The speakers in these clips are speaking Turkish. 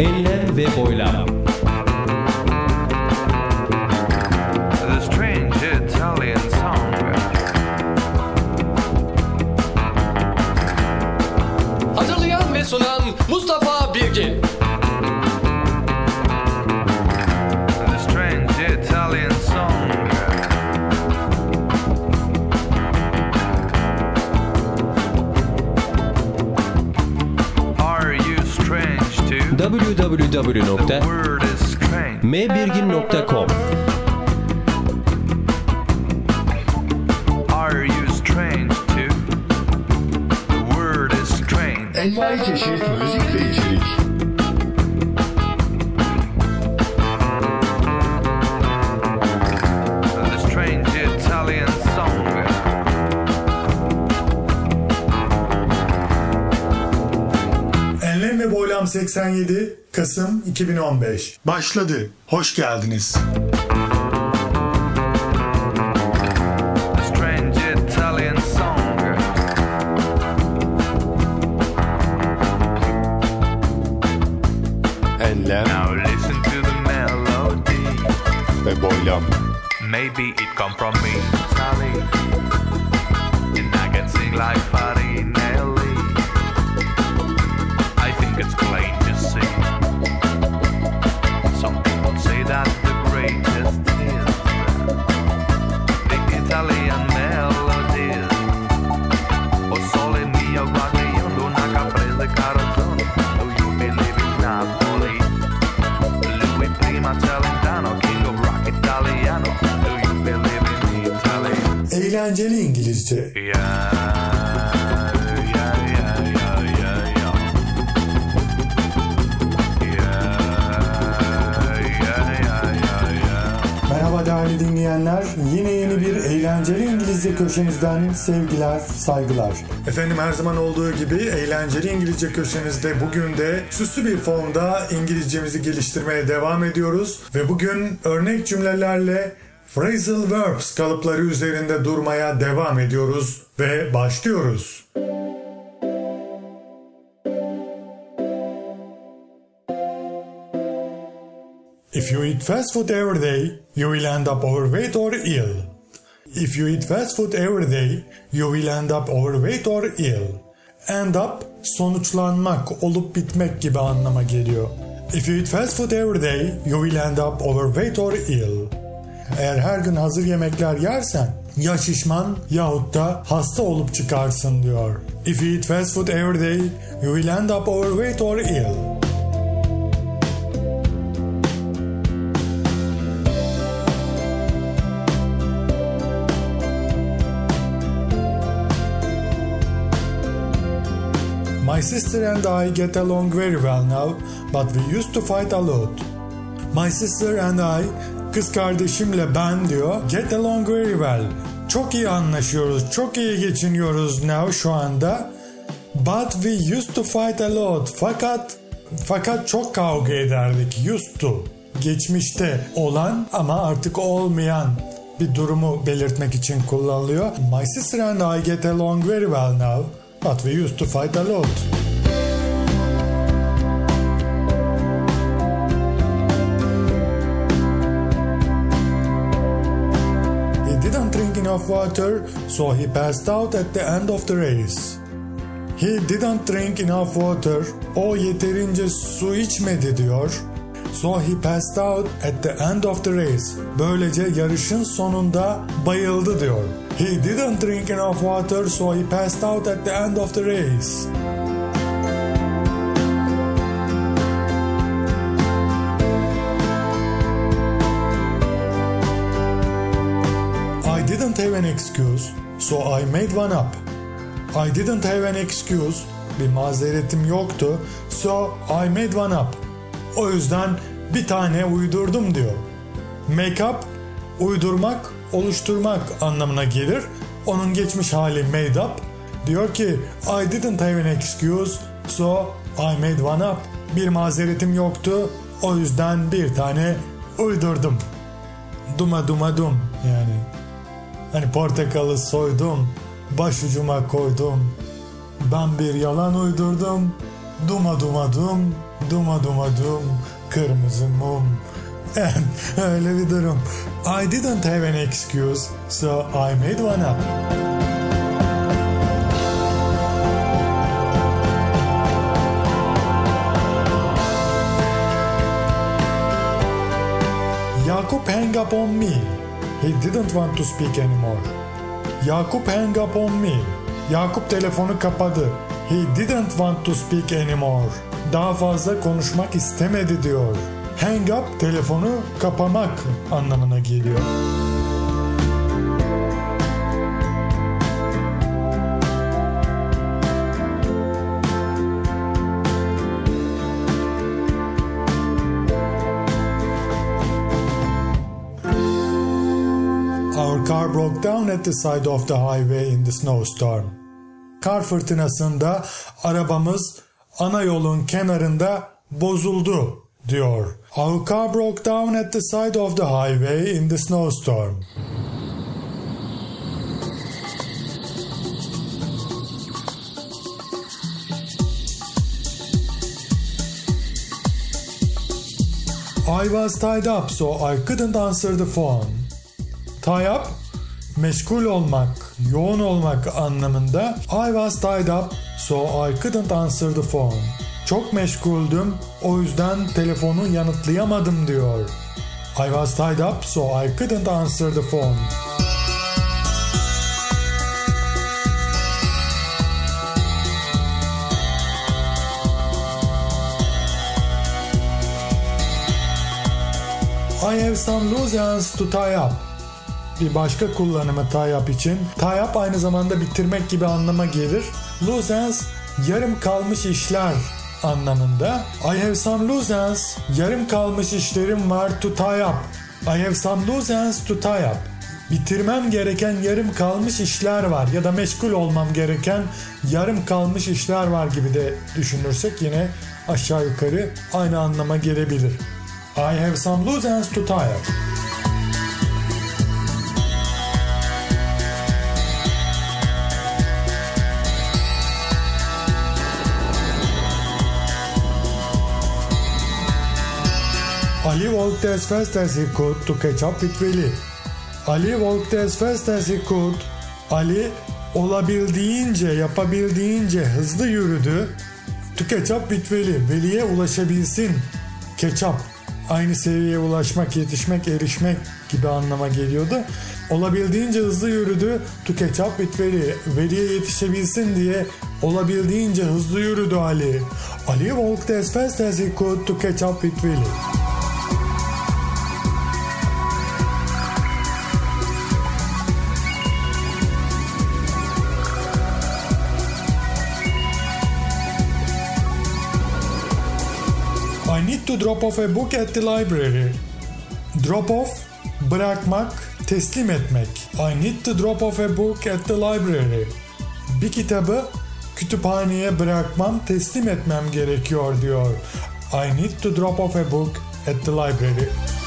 Enlem ve boylam. The strange Italian song. Hazırlayan ve sunan Mustafa Birgin. The strange Italian song. Are you strange too? The word is strange. www.mbirgin.com Are you strange too? The word is strange. Envai çeşit müzik ve içerik. The strange Italian song. Enlem ve Boylam 87 Kasım 2015 başladı. Hoş geldiniz. The strange Italian song. Enlem Now listen to the melody. ve boylam. Maybe it come from me, Sally. And I can sing like Farinelli. I think it's plain to see. Some people say that the greatest is the Italian melodies. O sole mio guardiano una caprese carrozzone. Do you believe in Napoli? Louis Prima Celentano, king of rock Italiano. Do you believe in Italy? Eğlenceli İngilizce. Yeah, yeah, yeah, yeah, yeah, yeah. Yeah, yeah, yeah, yeah, yeah. Merhaba değerli dinleyenler. Yine yeni bir eğlenceli İngilizce köşemizden sevgiler, saygılar. Efendim her zaman olduğu gibi eğlenceli İngilizce köşemizde bugün de süslü bir formda İngilizcemizi geliştirmeye devam ediyoruz. Ve bugün örnek cümlelerle phrasal verbs kalıpları üzerinde durmaya devam ediyoruz ve başlıyoruz. If you eat fast food every day, you will end up overweight or ill. If you eat fast food every day, you will end up overweight or ill. End up, sonuçlanmak, olup bitmek gibi anlama geliyor. If you eat fast food every day, you will end up overweight or ill. Eğer her gün hazır yemekler yersen, ya şişman yahut da hasta olup çıkarsın diyor. If you eat fast food every day, you will end up overweight or ill. My sister and I get along very well now, but we used to fight a lot. My sister and I, kız kardeşimle ben diyor, get along very well. Çok iyi anlaşıyoruz, çok iyi geçiniyoruz now şu anda. But we used to fight a lot. Fakat çok kavga ederdik. Used to. Geçmişte olan ama artık olmayan bir durumu belirtmek için kullanılıyor. My sister and I get along very well now. But we used to fight a lot. He didn't drink enough water, so he passed out at the end of the race. He didn't drink enough water. O yeterince su içmedi diyor. So he passed out at the end of the race. Böylece yarışın sonunda bayıldı diyor. He didn't drink enough water, so he passed out at the end of the race. I didn't have an excuse, so I made one up. I didn't have an excuse, bir mazeretim yoktu, so I made one up. O yüzden bir tane uydurdum diyor. Make up, uydurmak, oluşturmak anlamına gelir. Onun geçmiş hali made up. Diyor ki I didn't have an excuse, so I made one up. Bir mazeretim yoktu, o yüzden bir tane uydurdum. Duma duma dum yani. Hani portakalı soydum, başucuma koydum. Ben bir yalan uydurdum. Duma duma dum, Duma duma dum, kırmızı mum. Öyle bir durum. I didn't have an excuse, so I made one up. Yakup hang up on me. He didn't want to speak anymore. Yakup hang up on me. Yakup telefonu kapadı. He didn't want to speak anymore. Daha fazla konuşmak istemedi diyor. Hang up telefonu kapamak anlamına geliyor. Our car broke down at the side of the highway in the snowstorm. Kar fırtınasında arabamız ana yolun kenarında bozuldu diyor. Our car broke down at the side of the highway in the snowstorm. I was tied up so I couldn't answer the phone. Tie up, meşgul olmak, yoğun olmak anlamında. I was tied up so I couldn't answer the phone. Çok meşguldüm, o yüzden telefonu yanıtlayamadım diyor. I was tied up so I couldn't answer the phone. I have some loose ends to tie up. Bir başka kullanımı tie up için. Tie up aynı zamanda bitirmek gibi anlama gelir. Loose ends, yarım kalmış işler anlamında. I have some loose ends, yarım kalmış işlerim var to tie up. I have some loose ends to tie up. Bitirmem gereken yarım kalmış işler var ya da meşgul olmam gereken yarım kalmış işler var gibi de düşünürsek yine aşağı yukarı aynı anlama gelebilir. I have some loose ends to tie up. Ali walked as fast as he could to catch up with Willy. Ali walked as fast as he could. Ali olabildiğince, yapabildiğince hızlı yürüdü. To catch up with Willy. Willy'ye ulaşabilsin. Catch up. Aynı seviyeye ulaşmak, yetişmek, erişmek gibi anlama geliyordu. Olabildiğince hızlı yürüdü. To catch up with Willy. Willy'ye yetişebilsin diye olabildiğince hızlı yürüdü Ali. Ali walked as fast as he could to catch up with Willy. I need to drop off a book at the library. Drop off, bırakmak, teslim etmek. I need to drop off a book at the library. Bir kitabı kütüphaneye bırakmam, teslim etmem gerekiyor diyor. I need to drop off a book at the library.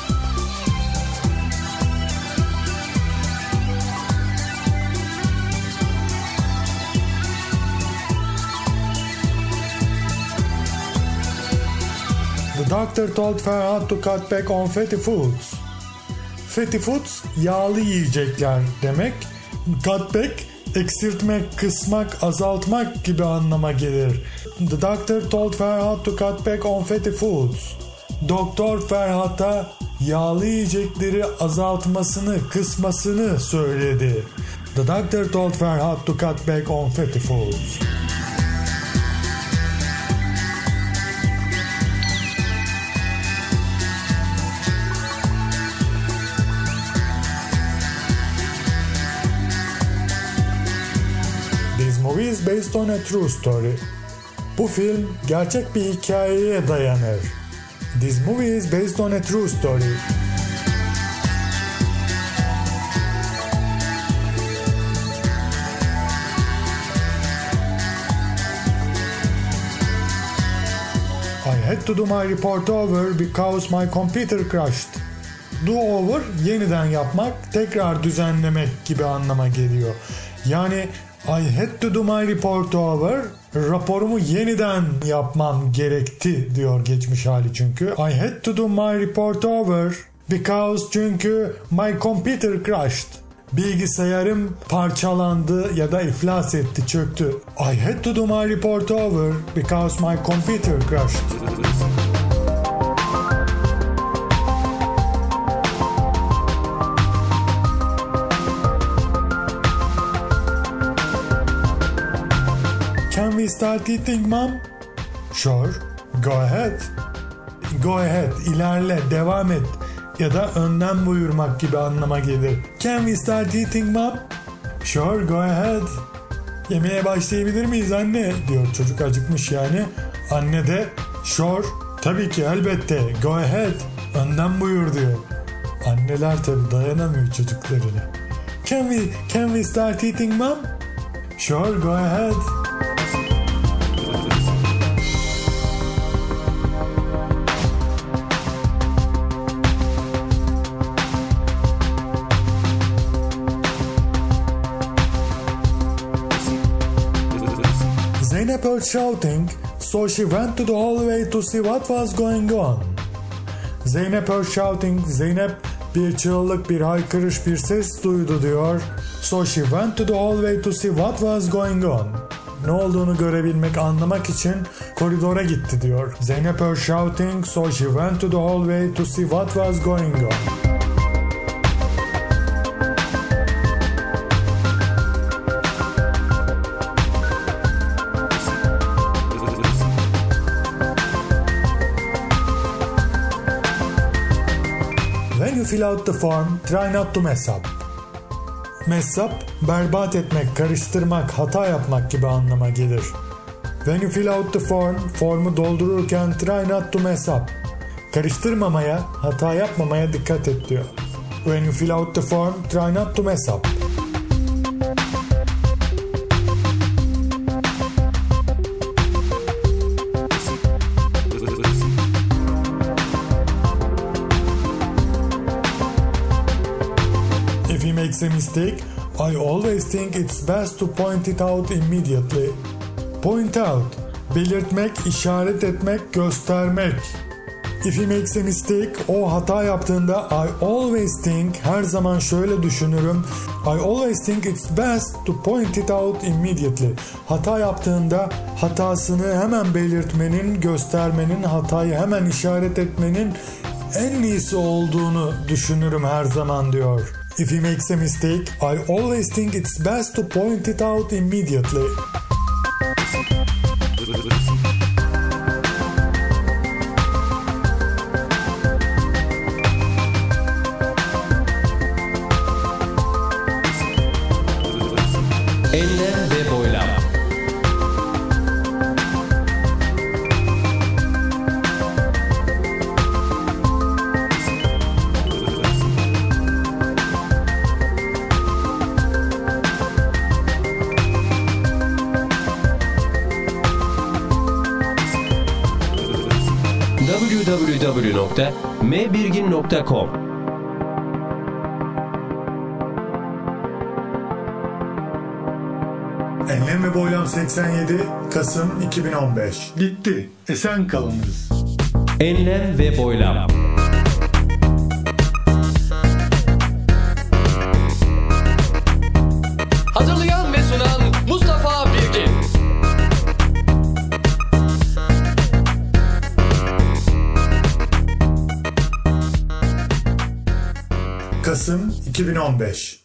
The doctor told Ferhat to cut back on fatty foods. Fatty foods, yağlı yiyecekler demek. Cut back, eksiltmek, kısmak, azaltmak gibi anlama gelir. The doctor told Ferhat to cut back on fatty foods. Doktor Ferhat'a yağlı yiyecekleri azaltmasını, kısmasını söyledi. The doctor told Ferhat to cut back on fatty foods. This movie is based on a true story. Bu film gerçek bir hikayeye dayanır. This movie is based on a true story. I had to do my report over because my computer crashed. Do over, yeniden yapmak, tekrar düzenlemek gibi anlama geliyor. Yani I had to do my report over. Raporumu yeniden yapmam gerekti diyor geçmiş hali çünkü. I had to do my report over because çünkü my computer crashed. Bilgisayarım parçalandı ya da iflas etti, çöktü. I had to do my report over because my computer crashed. Can we start eating, Mom? Sure. Go ahead. Go ahead. İlerle, devam et. Ya da önden buyurmak gibi anlama gelir. Can we start eating, Mom? Sure, go ahead. Yemeğe başlayabilir miyiz anne? Diyor çocuk, acıkmış yani. Anne de sure, tabii ki, elbette, go ahead. Önden buyur diyor. Anneler tabii dayanamıyor çocuklarına. Can we start eating, Mom? Sure, go ahead. Zeynep heard shouting, so she went to the hallway to see what was going on. Zeynep heard shouting, Zeynep bir çığlık, bir haykırış, bir ses duydu diyor. So she went to the hallway to see what was going on. Ne olduğunu görebilmek, anlamak için koridora gitti diyor. Zeynep heard shouting, so she went to the hallway to see what was going on. When you fill out the form, try not to mess up. Mess up, berbat etmek, karıştırmak, hata yapmak gibi anlama gelir. When you fill out the form, formu doldururken try not to mess up. Karıştırmamaya, hata yapmamaya dikkat et diyor. When you fill out the form, try not to mess up. If he makes a mistake, I always think it's best to point it out immediately. Point out, belirtmek, işaret etmek, göstermek. If he makes a mistake, o hata yaptığında I always think, her zaman şöyle düşünürüm. I always think it's best to point it out immediately. Hata yaptığında hatasını hemen belirtmenin, göstermenin, hatayı hemen işaret etmenin en iyisi olduğunu düşünürüm her zaman diyor. If he makes a mistake, I always think it's best to point it out immediately. Enlem ve boylam. www.mbirgin.com Enlem ve Boylam 87 Kasım 2015. Bitti. Esen kalınız. Enlem ve boylam. Hazırlayan ve sunan Mustafa Birgin. Kasım 2015.